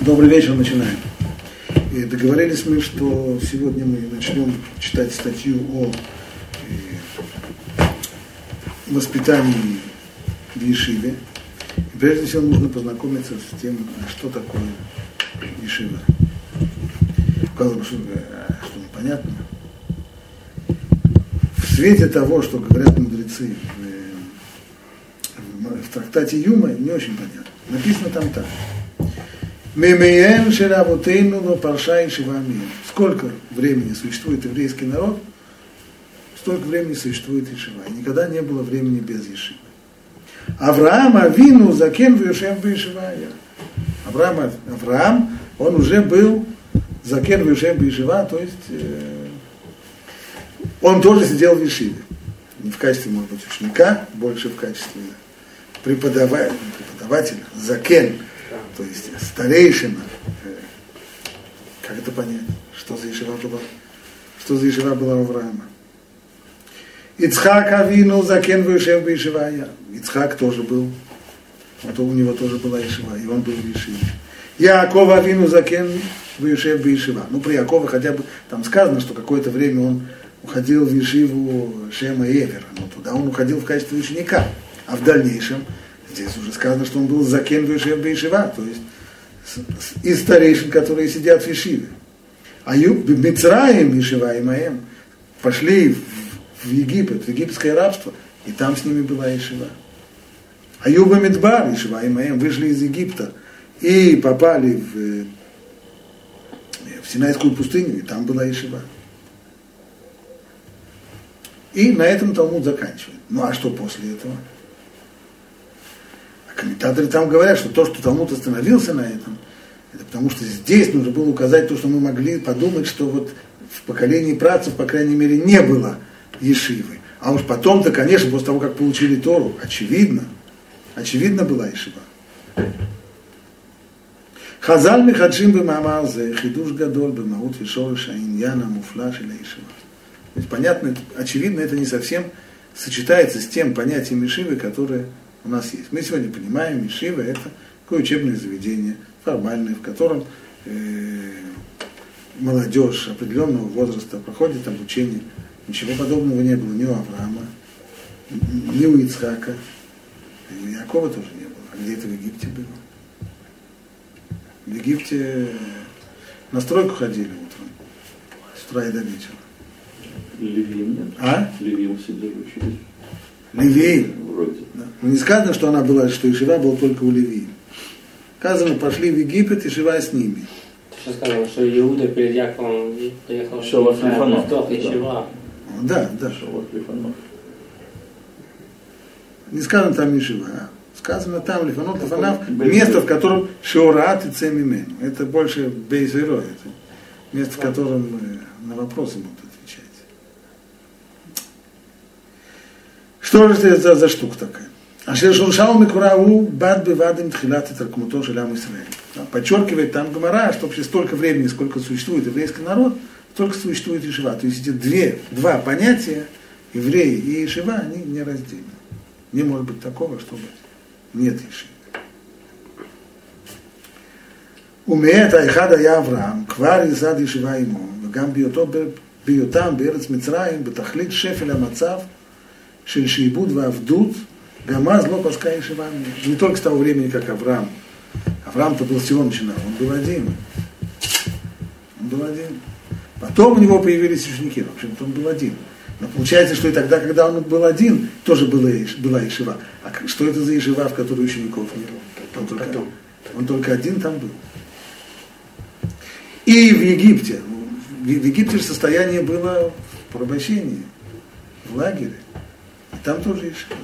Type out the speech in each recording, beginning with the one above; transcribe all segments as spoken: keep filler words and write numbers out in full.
Добрый вечер, начинаем. И договорились мы, что сегодня мы начнем читать статью о воспитании в Ешиве. И прежде всего нужно познакомиться с тем, что такое Ешива. Казалось, что, что непонятно. В свете того, что говорят мудрецы в, в, в трактате Юма, не очень понятно. Написано там так. Мемеем шерабутейну но парша и шивамием. Сколько времени существует еврейский народ, столько времени существует Ешива. И никогда не было времени без Ешивы. Авраам Авину закен вешем бешивая. Авраам, Авраам, он уже был закен вешем бешива, то есть э, он тоже сидел в Ешиве. Не в качестве, может быть, ученика, больше в качестве преподавателя, преподавателя закен. То есть старейшина, как это понять, что за Ешива была, что за Ешива была у Авраама. Ицхак Авину закен вешем бешивая. Ицхак тоже был, а то у него тоже была Ешива, и он был в Ешиве. Яаков Авину закен вешем бешива. Ну, при Яакове хотя бы там сказано, что какое-то время он уходил в Ешиву Шема и Эвера, но туда он уходил в качестве ученика, а в дальнейшем здесь уже сказано, что он был закен вешем бешива, то есть из старейшин, которые сидят в Ешиве. А Мицраим Ешива и Маем пошли в Египет, в египетское рабство, и там с ними была Ешива. Аюба Мидбар Ешива и Маем вышли из Египта и попали в, в Синайскую пустыню, и там была Ешива. И на этом Талмуд заканчивает. Ну а что после этого? Комментаторы там говорят, что то, что Талмуд остановился на этом, это потому что здесь нужно было указать то, что мы могли подумать, что вот в поколении працев, по крайней мере, не было Ешивы. А уж потом-то, конечно, после того, как получили Тору, очевидно, очевидно была Ешива. Хазаль михаджим бемаамар зе хидуш гадоль бемаут вишорыш аиньяна муфла шеля Ешива. То есть, понятно, очевидно, это не совсем сочетается с тем понятием Ешивы, которое у нас есть. Мы сегодня понимаем, Ешива это такое учебное заведение, формальное, в котором э, молодежь определенного возраста проходит обучение. Ничего подобного не было ни у Авраама, ни у Ицхака, и у Якова тоже не было. А где это в Египте было? В Египте на стройку ходили утром, с утра и до вечера. Левиим нет? А? Левиим сидели учились. Левиим. Вроде. Да. Но не сказано, что она была, что Ешива была только у Левиим. Сказано, пошли в Египет, Ешива с ними. Что сказано, что Иуда перед Яковом поехал в Восток, Ешива. Да, да. Не сказано там Ешива, а сказано там Лифанот, Лифанав, место, в котором Шеораат и Цемимен. Это больше Бейзеро, это место, в котором на вопросы будут отвечать. Что же это за, за штука такая? Ашер Шуршау Микурау Бад Бевадим Тхилат и Таркмуто Шелям Исраэль. Подчеркивает там Гомара, что вообще столько времени, сколько существует еврейский народ, столько существует Ешива. То есть эти две, два понятия, евреи и Ешива, они нераздельны. Не может быть такого, чтобы нет Ешивы. Умеет Айхада я Авраам, Квар Изад Ешива ему, Гам Биотам Берец Мицраим, Бетахлит Шефеля Мацав, Шельшиибуд Вавдут, Гамаз Лопаска Ешива. Не только с того времени, как Авраам. Авраам-то был всего начинал, он был один. Он был один. Потом у него появились ученики, в общем-то он был один. Но получается, что и тогда, когда он был один, тоже была, была Ешива. А что это за Ешива, в которой учеников не было? Он только, он только один там был. И в Египте. В Египте же состояние было в порабощении, в лагере. И там тоже Ешива.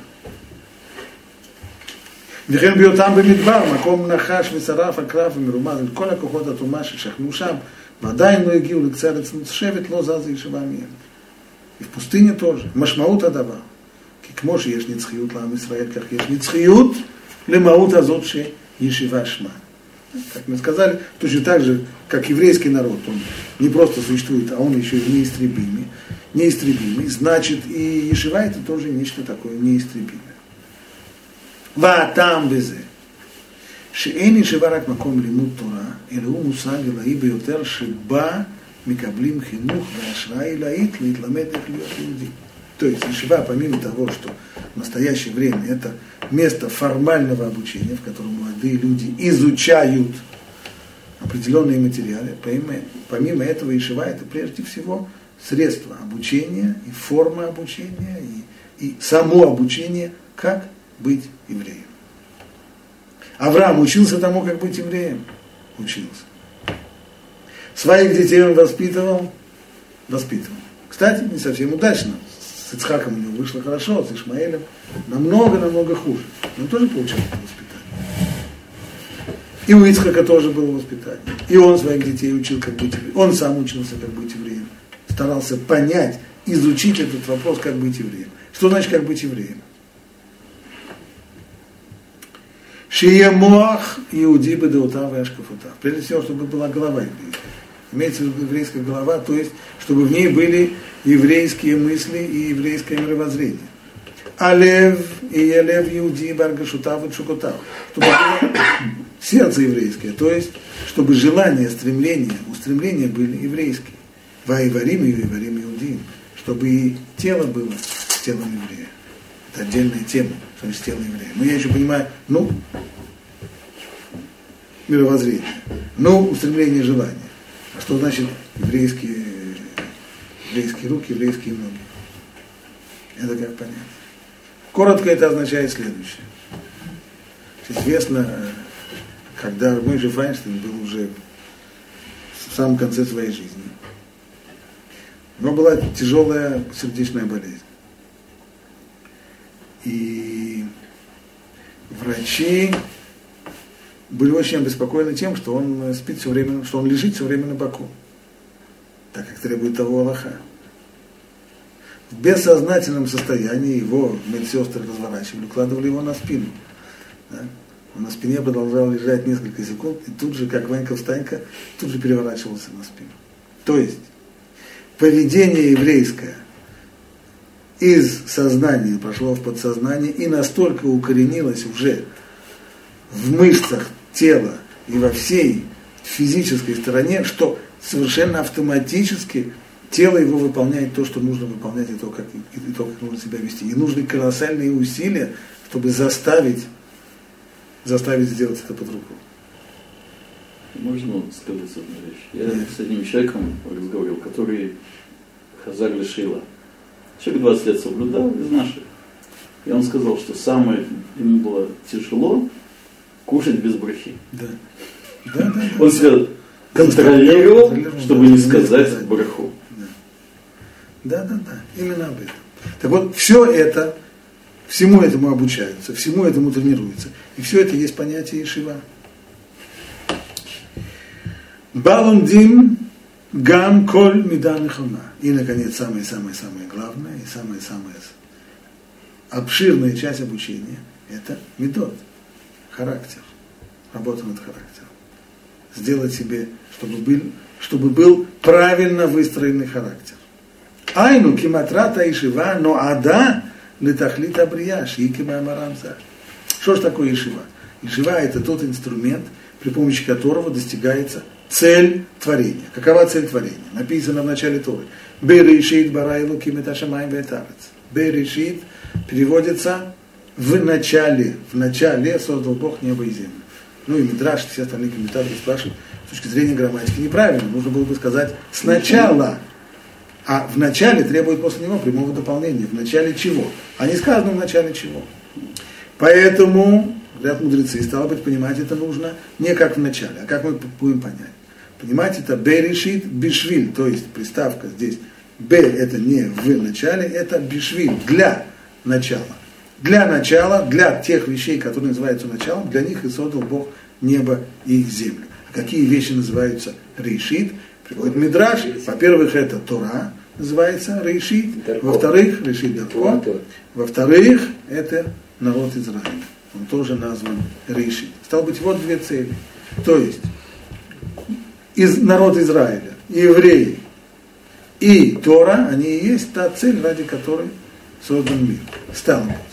וכן בהיותם במדבר, מקום נחש ושרף הקרב ומרומז, כל הכוחות הטומאה ששכנו שם, ועדיין לא הגיעו לקצה ארץ מוצשבת, לא זז ישבה מהם. И в пустыне тоже. משמעות הדבר. כי כמו שיש נצחיות לעם ישראל, כך יש נצחיות למהות הזאת שישיבה שמה. Как мы сказали, точно так же, как еврейский народ, он не просто существует, а он еще и неистребимый. Неистребимый. Значит, и Ешива это тоже нечто такое неистребимое. והטעם בזה, שאין ישיבה רק מקום לימוד תורה, אלוהו מושג אלוהי ביותר שבה מקבלים חינוך והשראה אלוהית להתלמד איך להיות יהודי. То есть ешива, помимо того, что в настоящее время это место формального обучения, в котором молодые люди изучают определенные материалы, помимо, помимо этого ешива это прежде всего средство обучения и форма обучения и, и само обучение, как быть евреем. Авраам учился тому, как быть евреем? Учился. Своих детей он воспитывал? Воспитывал. Кстати, не совсем удачно. С Ицхаком у него вышло хорошо, с Ишмаэлем намного-намного хуже. Но он тоже получал это воспитание. И у Ицхака тоже было воспитание. И он своих детей учил, как быть евреем. Он сам учился, как быть евреем. Старался понять, изучить этот вопрос, как быть евреем. Что значит, как быть евреем? Шие моах иуди бедеутав и ашкафутав. Прежде всего, чтобы была голова еврейская. Имеется в виду еврейская голова, то есть, чтобы в ней были еврейские мысли и еврейское мировоззрение. Алев и елев иуди баргашутав и чукутав. Чтобы было сердце еврейское, то есть, чтобы желания, стремления, устремления были еврейские. Ваиварим и ваиварим иудим. Чтобы и тело было телом еврея. Это отдельная тема, что есть тело еврея. Но я еще понимаю, ну, мировоззрение, ну, устремление, желания. А что значит еврейские, еврейские руки, еврейские ноги? Это как понять? Коротко это означает следующее. Известно, когда Мойше Файнштейн был уже в самом конце своей жизни, у него была тяжелая сердечная болезнь. И врачи были очень обеспокоены тем, что он спит все время, что он лежит все время на боку, так как требует того Аллаха. В бессознательном состоянии его медсестры разворачивали, укладывали его на спину. Да? Он на спине продолжал лежать несколько секунд, и тут же, как Ванька-встанька, тут же переворачивался на спину. То есть, поведение еврейское из сознания прошло в подсознание и настолько укоренилось уже в мышцах тела и во всей физической стороне, что совершенно автоматически тело его выполняет то, что нужно выполнять, и то, как, и то, как нужно себя вести. И нужны колоссальные усилия, чтобы заставить, заставить сделать это по-другому. Можно сказать одну вещь? Я Нет. с одним человеком разговаривал, который Хазар Лешила. Человек двадцать лет соблюдал из наших. И он сказал, что самое ему было тяжело кушать без брахи. Да. Да, да, он себя контролировал, чтобы не сказать браху. Да, да, да. Именно об этом. Так вот, все это, всему этому обучаются, всему этому тренируются. И все это есть понятие ешива. Балундим гам коль мида нехона. И, наконец, самое-самое-самое главное и самая-самая обширная часть обучения – это медот, характер, работа над характером. Сделать себе, чтобы был, чтобы был правильно выстроенный характер. Айну киматрата ишива, но ада литахлита брияш, и кимаймарамза. Что же такое ишива? Ишива – это тот инструмент, при помощи которого достигается цель творения. Какова цель творения? Написано в начале Торы. Берешит барайлу киметашамайм ветарец. Берешит переводится в начале. В начале создал Бог небо и землю. Ну и Мидраш, все остальные комментаторы спрашивают, с точки зрения грамматики неправильно. Нужно было бы сказать сначала. А в начале требует после него прямого дополнения. В начале чего? А не сказано в начале чего. Поэтому, говорят мудрецы, стало быть, понимать это нужно не как в начале, а как мы будем понять. Понимать это берешит бишвиль, то есть приставка здесь б это не в начале, это бишвиль, для начала. Для начала, для тех вещей, которые называются началом, для них и создал Бог небо и землю. А какие вещи называются решит? Приводит Мидраш. Во-первых, это Тора называется решит. Во-вторых, решит Дарко. Во-вторых, это народ Израиля. Он тоже назван решит. Стало быть, вот две цели. То есть, из народ Израиля, евреи и Тора, они и есть та цель, ради которой создан мир. Стало быть,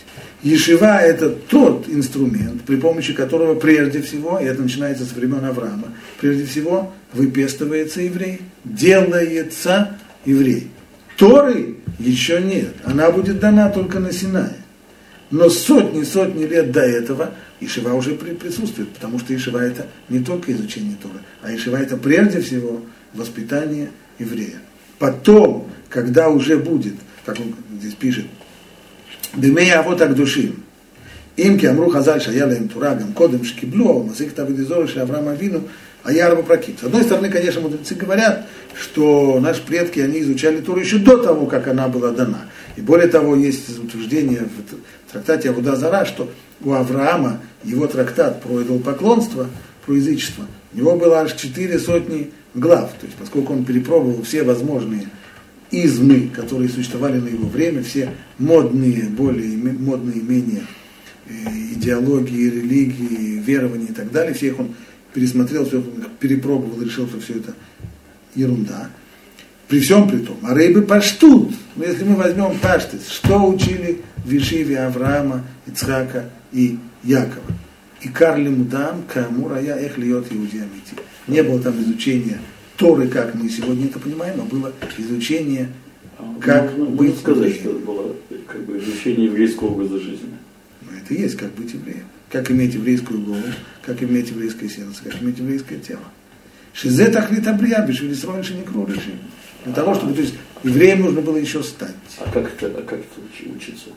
Ешива – это тот инструмент, при помощи которого прежде всего, и это начинается с времен Авраама, прежде всего выпестывается еврей, делается еврей. Торы еще нет, она будет дана только на Синае. Но сотни-сотни лет до этого ешива уже присутствует, потому что ешива – это не только изучение Торы, а ешива – это прежде всего воспитание еврея. Потом, когда уже будет, как он здесь пишет, «Бемея авот ак-душим, им ки амру хазаль шая лаем тура, гам кодем шкибло, масихта авидизора ше Авраам Авину, а я арба прокит». С одной стороны, конечно, мудрецы говорят, что наши предки, они изучали Тору еще до того, как она была дана. И более того, есть утверждение в трактате Авода Зара, что у Авраама его трактат про идолопоклонство, про язычество, у него было аж четыре сотни глав. То есть, поскольку он перепробовал все возможные измы, которые существовали на его время, все модные, более модные, менее идеологии, религии, верования и так далее, все их он пересмотрел, все перепробовал, решил, что все это ерунда. При всем при том, а рейбы паштут, но если мы возьмем паштис, что учили в Ешиве Авраама, Ицхака и Якова? И Карли Мудам, Камура, я эх льет иудеямити. Не было там изучения Торы, как мы сегодня это понимаем, а было изучение, как можно, быть можно сказать, евреем. что это было как бы изучение еврейского образа жизни. Но это и есть, как быть евреем. Как иметь еврейскую голову, как иметь еврейское сердце, как иметь еврейское тело. Шизе тахлит абрия, бешвили сроин шеникру решим. Для того, чтобы, то есть, евреем нужно было еще стать. А как это, а как это учи, учиться?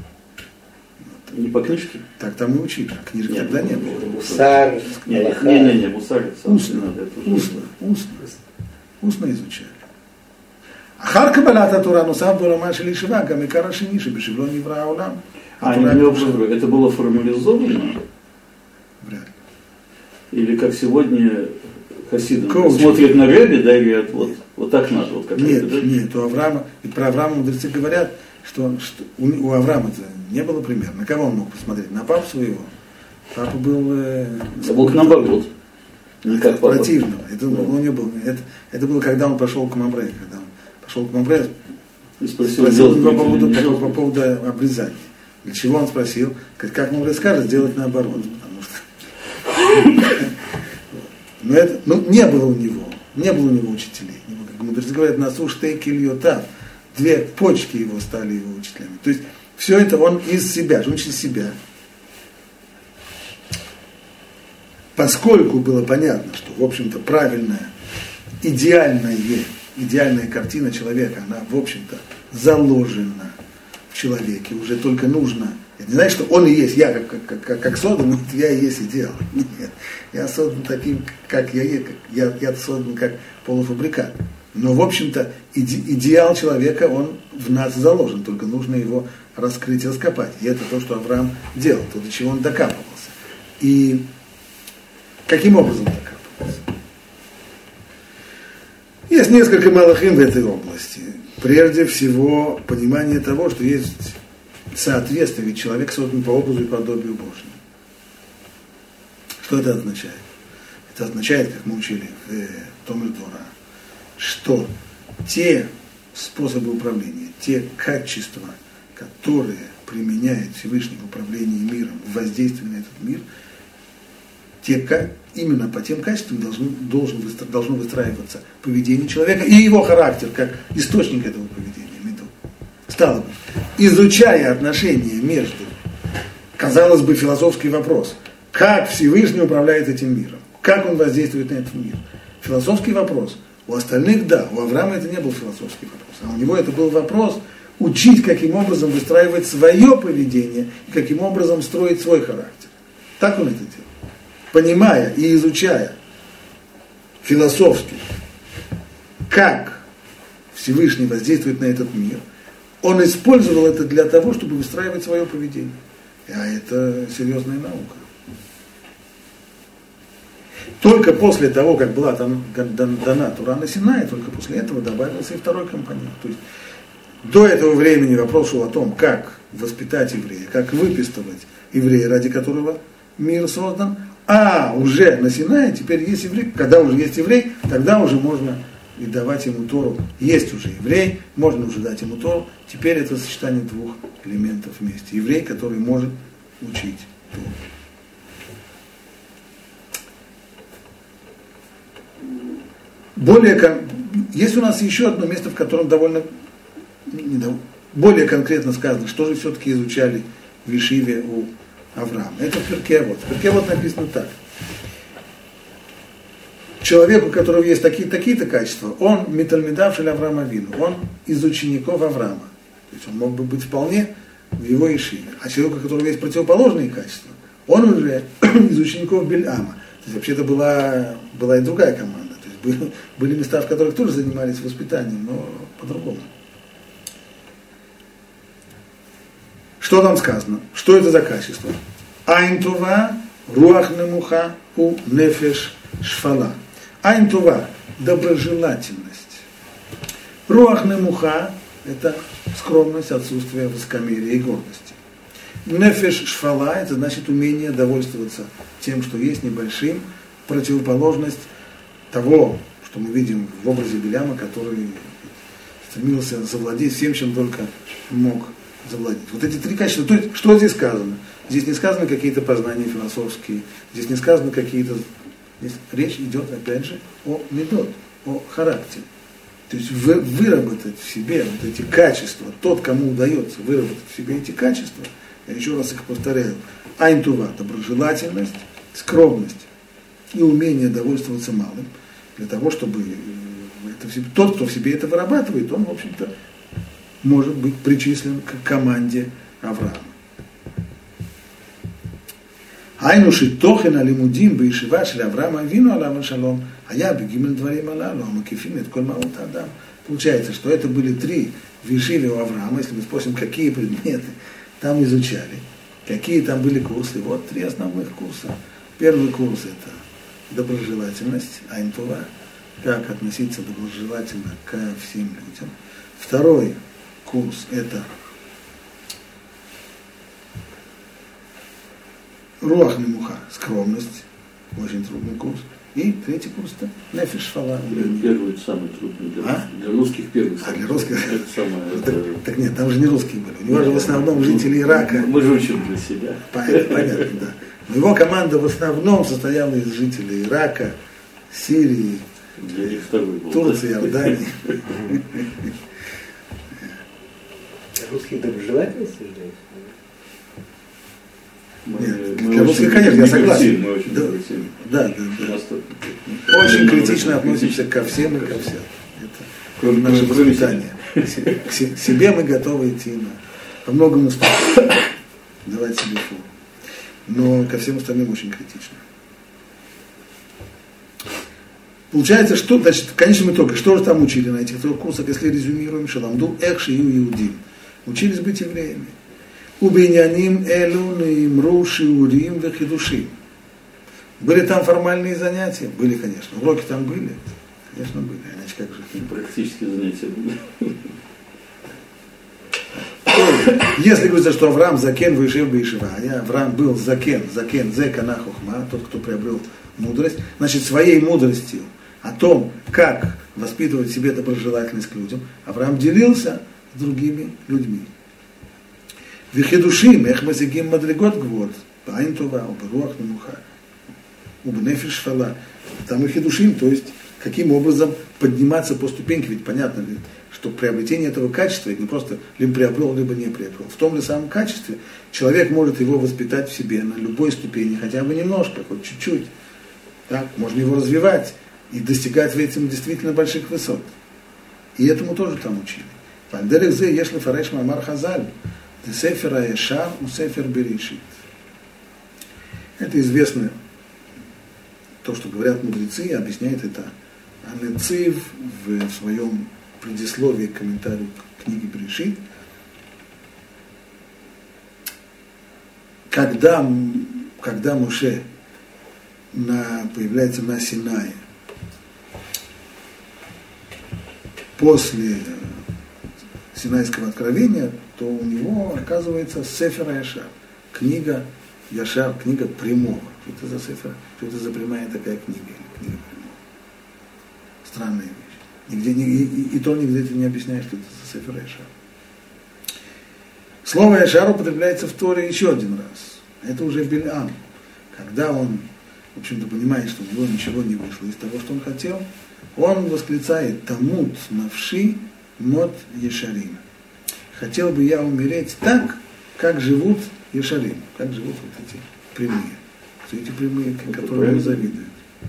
Не по книжке? Так там и учили, а книжек Нет, тогда не было. Мусар, не, не, не, не, мусар, Устно, надо, это устно, устно, устно изучали. אחר קבלת התורה נוסף בעולמה של ישיבה, גם עיקר השני שבשבילו נברא העולם. А, не, не, это было формализовано? Вряд ли. Или как сегодня хасиды Коуч. смотрят на Ребе, да, и говорят, вот, вот так надо. Вот как нет, это, да? нет, у Авраама, и про Авраама мудрецы говорят, что, что у, у Авраама не было примера. На кого он мог посмотреть? На папу своего. Папа был... Э, да был наоборот. Не как папа. Противного. Это, да. у него было, это, это было, когда он пошел к Мамре. Когда он пошел к Мамре, и спросил, спросил его по поводу, по, по поводу обрезания. Для чего он спросил? Как Мамре скажет, сделать наоборот. Потому что... Но это, ну, не было у него, не было у него учителей. Как мудрецы говорят, насу штейки льотав. Две почки его стали его учителями. То есть все это он из себя, он из себя. Поскольку было понятно, что, в общем-то, правильная, идеальная, идеальная картина человека, она, в общем-то, заложена в человеке. Уже только нужно... Это не значит, что он и есть я, как, как, как, как создан, я и есть идеал. Нет. Я создан таким, как я есть. Я, я создан как полуфабрикат. Но, в общем-то, иде, идеал человека, он в нас заложен. Только нужно его раскрыть и раскопать. И это то, что Авраам делал, то, до чего он докапывался. И каким образом докапывался? Есть несколько малахим в этой области. Прежде всего, понимание того, что есть соответствие, ведь человек создан по образу и подобию Божьему. Что это означает? Это означает, как мы учили в Томер Тора, что те способы управления, те качества, которые применяет Всевышний в управлении миром, в воздействии на этот мир, те, именно по тем качествам должны, должен, должно выстраиваться поведение человека и его характер, как источник этого поведения. Стало быть, изучая отношения между, казалось бы, философский вопрос, как Всевышний управляет этим миром, как он воздействует на этот мир. Философский вопрос. У остальных, да, у Авраама это не был философский вопрос, а у него это был вопрос учить, каким образом выстраивать свое поведение и каким образом строить свой характер. Так он это делал. Понимая и изучая философски, как Всевышний воздействует на этот мир, он использовал это для того, чтобы выстраивать свое поведение. А это серьезная наука. Только после того, как была дана Тура на Синае, только после этого добавился и второй компонент. То есть до этого времени вопрос шел о том, как воспитать еврея, как выпистывать еврея, ради которого мир создан. А уже на Синае теперь есть еврей. Когда уже есть еврей, тогда уже можно и давать ему Тору. Есть уже еврей, можно уже дать ему Тору. Теперь это сочетание двух элементов вместе. Еврей, который может учить Тору. Более, есть у нас еще одно место, в котором довольно, не, не, более конкретно сказано, что же все-таки изучали в Ешиве у Авраама. Это в Перке вот. В Перке вот написано так. Человек, у которого есть такие, такие-то качества, он метальмидав шель Авраама Авину, он из учеников Авраама. То есть он мог бы быть вполне в его Ешиве. А человек, у которого есть противоположные качества, он уже из учеников Бельама. То есть вообще-то была, была и другая команда. То есть были, были места, в которых тоже занимались воспитанием, но по-другому. Что там сказано? Что это за качество? Айн това, руах немуха, у нефеш шфала. Айн това – доброжелательность. Руах немуха – это скромность, отсутствие высокомерия и гордости. Нефеш шфала – это значит умение довольствоваться тем, что есть, небольшим, противоположность того, что мы видим в образе Биляма, который стремился завладеть всем, чем только мог завладеть. Вот эти три качества. То есть, что здесь сказано? Здесь не сказаны какие-то познания философские, здесь не сказаны какие-то... Здесь речь идет, опять же, о медот, о характере. То есть вы, выработать в себе вот эти качества, тот, кому удается выработать в себе эти качества, я еще раз их повторяю, айн това, доброжелательность, скромность и умение довольствоваться малым, для того, чтобы это в себе, тот, кто в себе это вырабатывает, он, в общем-то, может быть причислен к команде Авраама. Айнуши тохен алимудим бейшива шель Авраама Авину алейхи шалом, а я бегимель дворим алалу, амакифим эт коль маут адам. Получается, что это были три в Ешиве у Авраама, если мы спросим, какие предметы там изучали, какие там были курсы. Вот три основных курса. Первый курс – это доброжелательность, айн това, как относиться доброжелательно ко всем людям. Второй курс – это руах немуха, скромность, очень трудный курс. И третий курс – это нефеш шфала. Первый самый трудный для, а? для русских первый. А, для русских? Это самое, так, это... так нет, там же не русские были. У него же в основном жители Ирака. Мы же учим для себя. Понятно, понятно, да. Но его команда в основном состояла из жителей Ирака, Сирии, Турции, Иордании. Русских доброжелательность ждать? Нет, для русских, конечно, я согласен. Мы очень да, да, да, да. Очень критично относимся ко всем и ко всем. Это наше воспитание. К себе мы готовы идти на, по многому уступать, давать себе фору. Но ко всем остальным очень критично. Получается, что, значит, в конечном итоге, что же там учили на этих трех курсах, если резюмируем, шаламду эх шию иудим. Учились быть евреями. Убиняним элу наимру шиурим вехидушим. Были там формальные занятия? Были, конечно. Уроки там были? Конечно, были. Иначе как же? Практические занятия были. Если говорится, что Авраам закен вышел бы Ишива, а Авраам был закен, закен, зекана хохма, тот, кто приобрел мудрость, значит, своей мудростью о том, как воспитывать в себе доброжелательность к людям, Авраам делился с другими людьми. Вихидушим, эх мазигим мадригот гвот, паин това, уберуах намуха, убнефиш фала. Там и хидушим, то есть, каким образом подниматься по ступеньке, ведь понятно, что приобретение этого качества, это не просто либо приобрел, либо не приобрел. В том же самом качестве человек может его воспитать в себе на любой ступени, хотя бы немножко, хоть чуть-чуть. Так? Можно его развивать и достигать в этом действительно больших высот. И этому тоже там учили. Пандерехзе ешли фареш мамар хазаль, десефер аешар у сефер берешит. Это известно, то, что говорят мудрецы, объясняет это Анецив в своем предисловии к комментарию к книге Берешит. Когда, когда Моше на, появляется на Синае, после Синайского откровения, то у него оказывается Сефер Яшар, книга Яшар, книга прямого. Что это за Сефер? Что это за прямая такая книга? Книга прямого. Странная вещь. Нигде, и, и, и то нигде это не объясняет, что это за Сефер Яшар. Слово Яшар употребляется в Торе еще один раз. Это уже Бильам. Когда он, в общем-то, понимает, что у него ничего не вышло из того, что он хотел, он восклицает «Тамут навши мот Ешарим». Хотел бы я умереть так, как живут Ешарим, как живут вот эти прямые. Все эти прямые, которые ему завидуют.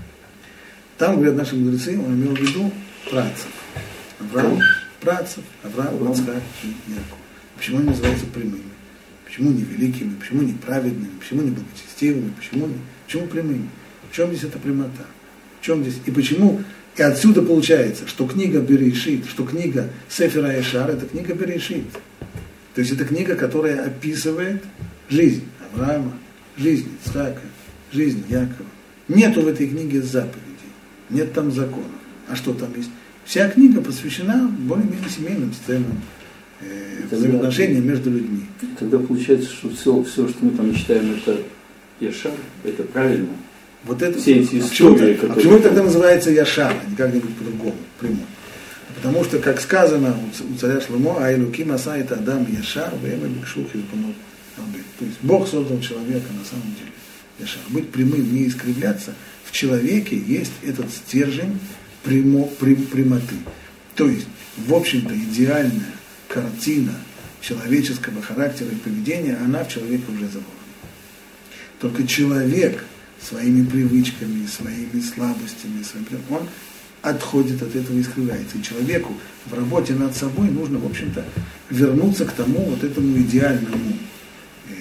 Там, говорят наши мудрецы, он имел в виду працев. Авраам, працев, Авраам, Ицхак и Яков. Почему они называются прямыми? Почему не великими? Почему не праведными? Почему не благочестивыми? Почему, не, почему прямыми? В чем здесь эта прямота? В чем здесь? И почему? И отсюда получается, что книга Берешит, что книга Сефер Яшар, это книга Берешит. То есть это книга, которая описывает жизнь Авраама, жизнь Ицхака, жизнь Якова. Нету в этой книге заповедей, нет там законов. А что там есть? Вся книга посвящена более-менее семейным сценам, э, взаимоотношениям между людьми. Тогда получается, что все, все, что мы там читаем, это Яшар, это правильно. Вот это, все эти истории, а почему это тогда называется Яшар, а не как-нибудь по-другому, прямой? Потому что, как сказано у царя Шломо, «Аилуким аса это Адам Яшар, вэма бикшух илпанот». То есть Бог создал человека на самом деле Яшар. Быть прямым, не искривляться. В человеке есть этот стержень прямо, прям, прямоты. То есть, в общем-то, идеальная картина человеческого характера и поведения, она в человеке уже заложена. Только человек своими привычками, своими слабостями, своим, он отходит от этого и искривляется. И человеку в работе над собой нужно, в общем-то, вернуться к тому вот этому идеальному, э,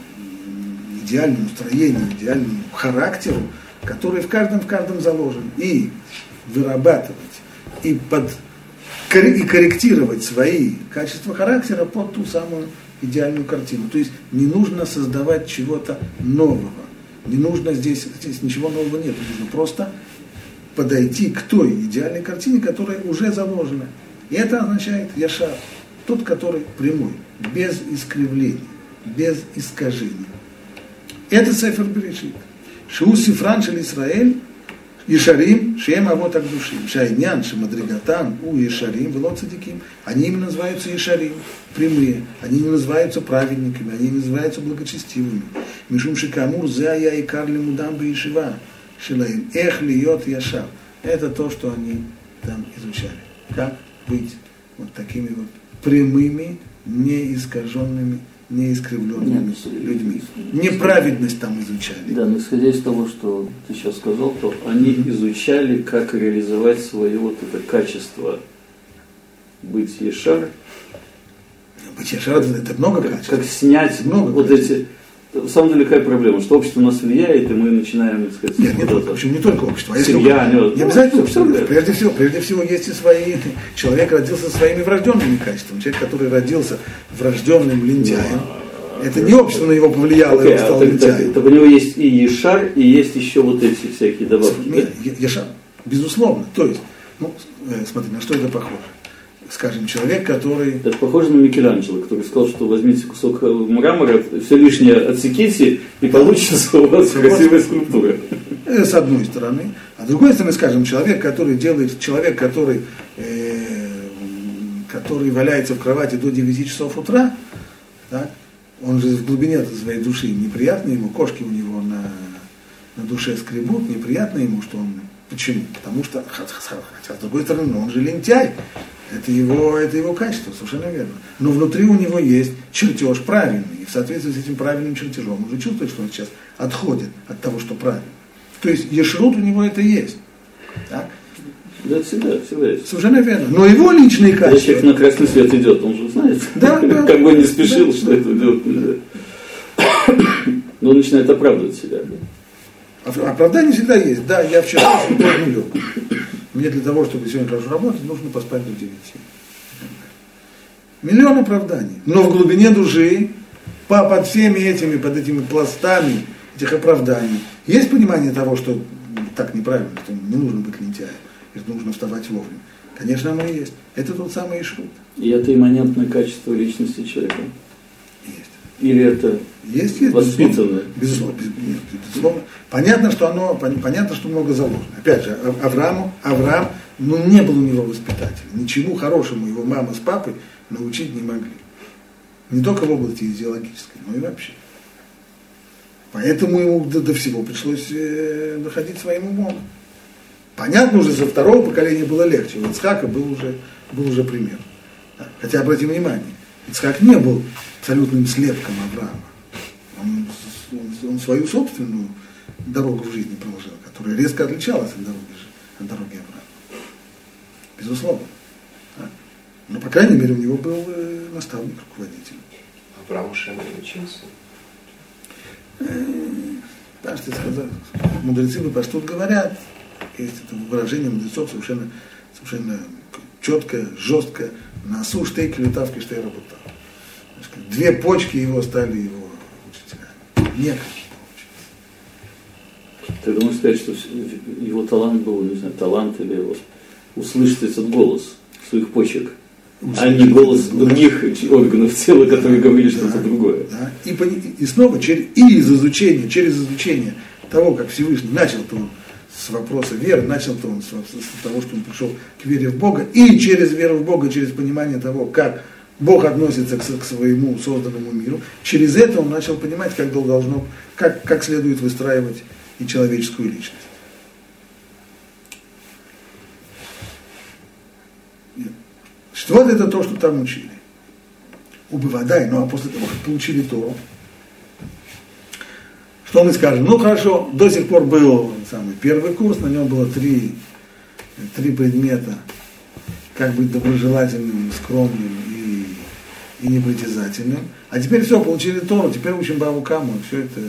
идеальному строению, идеальному характеру, который в каждом, в каждом заложен. И вырабатывать, и, под, и корректировать свои качества характера под ту самую идеальную картину. То есть не нужно создавать чего-то нового. Не нужно здесь, здесь ничего нового нет, нужно просто подойти к той идеальной картине, которая уже заложена. И это означает Яшар, тот, который прямой, без искривлений, без искажений. Это Сефер Берешит. Шу Сифран шель Исраэль, Ешарим, Шем Авот Ак-Душим, Шайнян, Шемадригатан, У Ешарим, Вело Цадиким. Они именно называются Ешарим, прямые. Они не называются праведниками, они не называются благочестивыми. Мишум Шикамур, Зая и Карли Мудам Бейшива, Шилаим, Эх Льет Яшар. Это то, что они там изучали. Как быть вот такими вот прямыми, неискаженными, неискривленными Нет, людьми. Неправедность там изучали. Да, но исходя из того, что ты сейчас сказал, то они изучали, как реализовать свое вот это качество быть Яшар. Быть Яшар это много как, качеств. Как снять много вот качеств. Эти... На самом деле какая проблема? Что общество на нас влияет, и мы начинаем, так сказать, нет, нет, почему не только общество, а семья, если, не обязательно общество. Прежде всего, прежде всего есть и свои. Человек родился своими врожденными качествами. Человек, который родился врожденным лентяем, а, это не общество на него повлияло, okay, и он стал а лентяем. Так у него есть и Яшар, и есть еще вот эти всякие добавки. Нет, да? Яшар, безусловно. То есть, ну, смотри, на что это похоже? Скажем, человек, который... Это похоже на Микеланджело, который сказал, что возьмите кусок мрамора, все лишнее отсеките, и получится у вас красивая скульптура. С одной стороны. А с другой стороны, скажем, человек, который делает, человек, который, э, который валяется в кровати до девяти часов утра, да, он же в глубине своей души, неприятно ему, кошки у него на, на душе скребут, неприятно ему, что он... Почему? Потому что, хотя с другой стороны, он же лентяй. Это его, это его качество, совершенно верно. Но внутри у него есть чертеж правильный. И в соответствии с этим правильным чертежом он уже чувствует, что он сейчас отходит от того, что правильно. То есть ешрут у него это есть. Так? Да, всегда, всегда есть. Совершенно верно. Но его личные качества... Когда человек на красный свет идет, он же знает, да, да, как бы он не спешил, да, что да. это делать нельзя. Но он начинает оправдывать себя. Оправдание всегда есть. Да, я вчера очень поздно лег. Мне для того, чтобы сегодня хорошо работать, нужно поспать до девяти. Миллион оправданий. Но в глубине души, под всеми этими, под этими пластами этих оправданий, есть понимание того, что так неправильно, что не нужно быть лентяем, что нужно вставать вовремя. Конечно, оно и есть. Это тот самый ишрут. И это имманентное качество личности человека? Есть. Или это есть, есть, воспитанное? Безусловно, безусловно. Понятно, что оно, понятно, что много заложено. Опять же, Аврааму, Авраам Но не было у него воспитателя. Ничему хорошему его мама с папой научить не могли. Не только в области идеологической, но и вообще. Поэтому ему до, до всего пришлось э, доходить своим умом. Понятно, уже со второго поколения было легче. У Ицхака был уже, был уже пример. Да. Хотя, обратите внимание, Ицхак не был абсолютным слепком Авраама. Он, он, он свою собственную дорогу в жизни проложил, которая резко отличалась от дороги, от дороги Авраама. Безусловно. Да. Но, по крайней мере, у него был э, наставник, руководитель. Авраам Шема не учился? Да, что сказать. Мудрецы тут говорят, есть это выражение мудрецов совершенно, совершенно четкое, жесткое. На су штейки летавки штей работа. Две почки его стали его учителями. Некогда учиться. Ты можешь сказать, что его талант был, не знаю, талант или услышать этот голос своих почек, а не голос других органов тела, которые говорили что-то да, другое. Да. И, и снова через, и из изучения, через изучение того, как Всевышний начал-то он с вопроса веры, начал-то он с, с того, что он пришел к вере в Бога, и через веру в Бога, через понимание того, как Бог относится к, к своему созданному миру, через это он начал понимать, как должно, как, как следует выстраивать и человеческую личность. Что вот это то, что там учили. Убывадай, ну а после того, как получили Тору, что мы скажем? Ну хорошо, до сих пор был самый первый курс, на нем было три, три предмета, как быть доброжелательным, скромным и, и непритязательным. А теперь все, получили Тору, теперь учим Баву Каму, все это...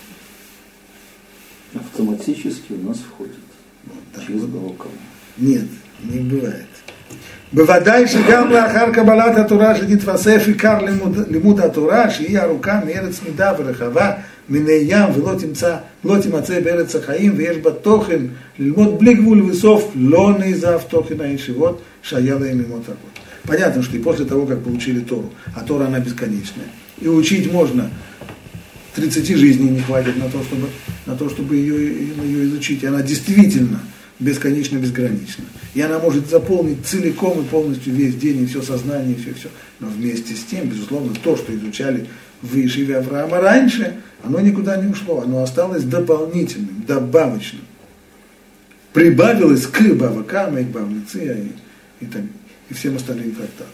Автоматически у нас входит. Вот, да. Через Баву Каму. Нет, не бывает. בוודאי שגם לאחר קבלת התורה שתתווסף עיקר לימוד התורה שהיא ארוכה מארץ מידה ורחבה מיני ים ולא תמצא, לא תמצא בארץ החיים ויש בה תוכן ללמוד בלי גבול וסוף לא נעזב תוכן הישיבות שהיה להם עימות רבות. Понятно, что и после того, как получили Тору, а Тора она бесконечная, и учить можно, тридцати жизней не хватит на то, чтобы, на то, чтобы ее, ее изучить, и она действительно бесконечно, безгранично. И она может заполнить целиком и полностью весь день, и все сознание, и все, все. Но вместе с тем, безусловно, то, что изучали в Ешиве Авраама раньше, оно никуда не ушло, оно осталось дополнительным, добавочным. Прибавилось к Бава Кама, и к Бавлиция, и, и, так, и всем остальным трактатам.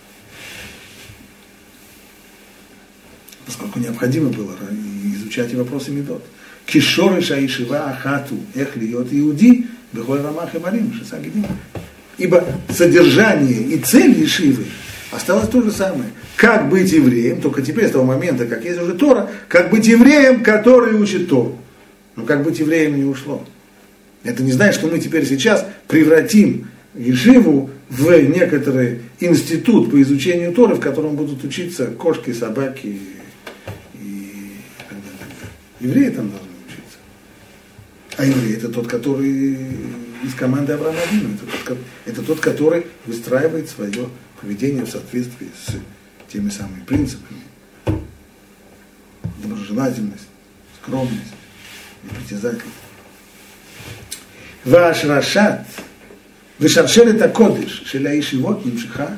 Поскольку необходимо было изучать и вопросы Медот. Кишорыш Аишива Ахату Эх льет Иуди Бехоль Рамах и Марим Шисагидим. Ибо содержание и цель Ешивы осталось то же самое. Как быть евреем, только теперь с того момента, как есть уже Тора, как быть евреем, который учит Тору. Но как быть евреем не ушло. Это не значит, что мы теперь сейчас превратим Ешиву в некоторый институт по изучению Торы, в котором будут учиться кошки, собаки и так далее, так далее. Евреи там должны учиться. А еврей это тот, который из команды Авраама Авину, это тот, это тот, который выстраивает свое поведение в соответствии с теми самыми принципами. Доброжелательность, скромность, непритязательность. Ваш Рашат ושרשרת הקודש של הישיבות נמשכה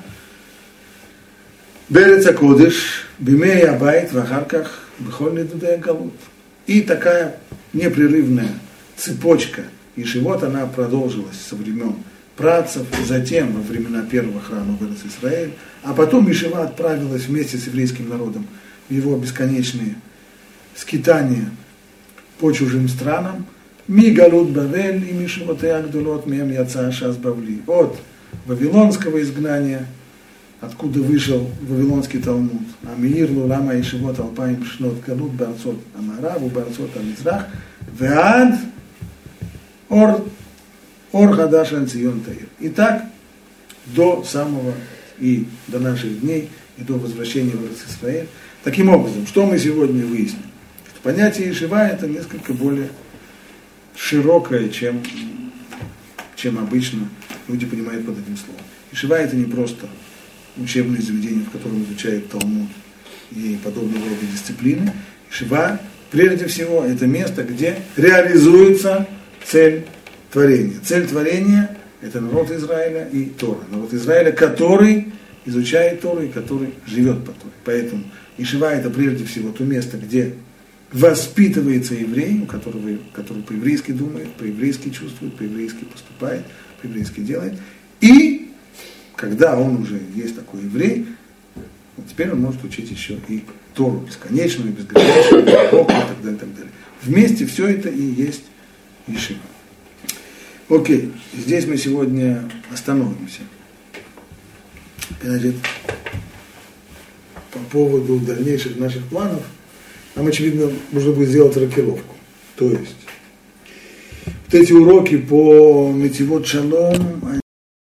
בארץ הקודש, בימי הבית ואחר כך בכל נדודי הגלות. И такая непрерывная цепочка ешивот, она продолжилась со времен працев, затем во времена первого храма в Эрец-Исраэль, а потом ешива отправилась вместе с еврейским народом в его бесконечные скитания по чужим странам, Мигалут Бавель и Мишивотея Гдулот Мем Яца Шас Бавли. От вавилонского изгнания, откуда вышел вавилонский Талмуд. Амиир Лулама Ешивот Алпаим Шнот Галут Барцот Амараву Барцот Амизрах Веад Ор Ор Хадаш Анцион Таир. И так до самого и до наших дней, и до возвращения в Эрец-Исраэль. Таким образом, что мы сегодня выясним? Что понятие Ешива это несколько более широкое, чем, чем обычно люди понимают под этим словом. Ешива это не просто учебное заведение, в котором изучают Талмуд и подобного рода дисциплины. Ешива, прежде всего, это место, где реализуется цель творения. Цель творения Это народ Израиля и Тора. Народ Израиля, который изучает Тору и который живет по Торе. Поэтому Ешива это прежде всего то место, где воспитывается еврей, у которого, который по-еврейски думает, по-еврейски чувствует, по-еврейски поступает, по-еврейски делает. И когда он уже есть такой еврей, вот теперь он может учить еще и Тору бесконечную, безграничную, глубокую и так далее, и так далее. Вместе все это и есть Ешива. Окей, здесь мы сегодня остановимся. Значит, по поводу дальнейших наших планов, нам, очевидно, нужно будет сделать рокировку. То есть, вот эти уроки по Митивот Шалом,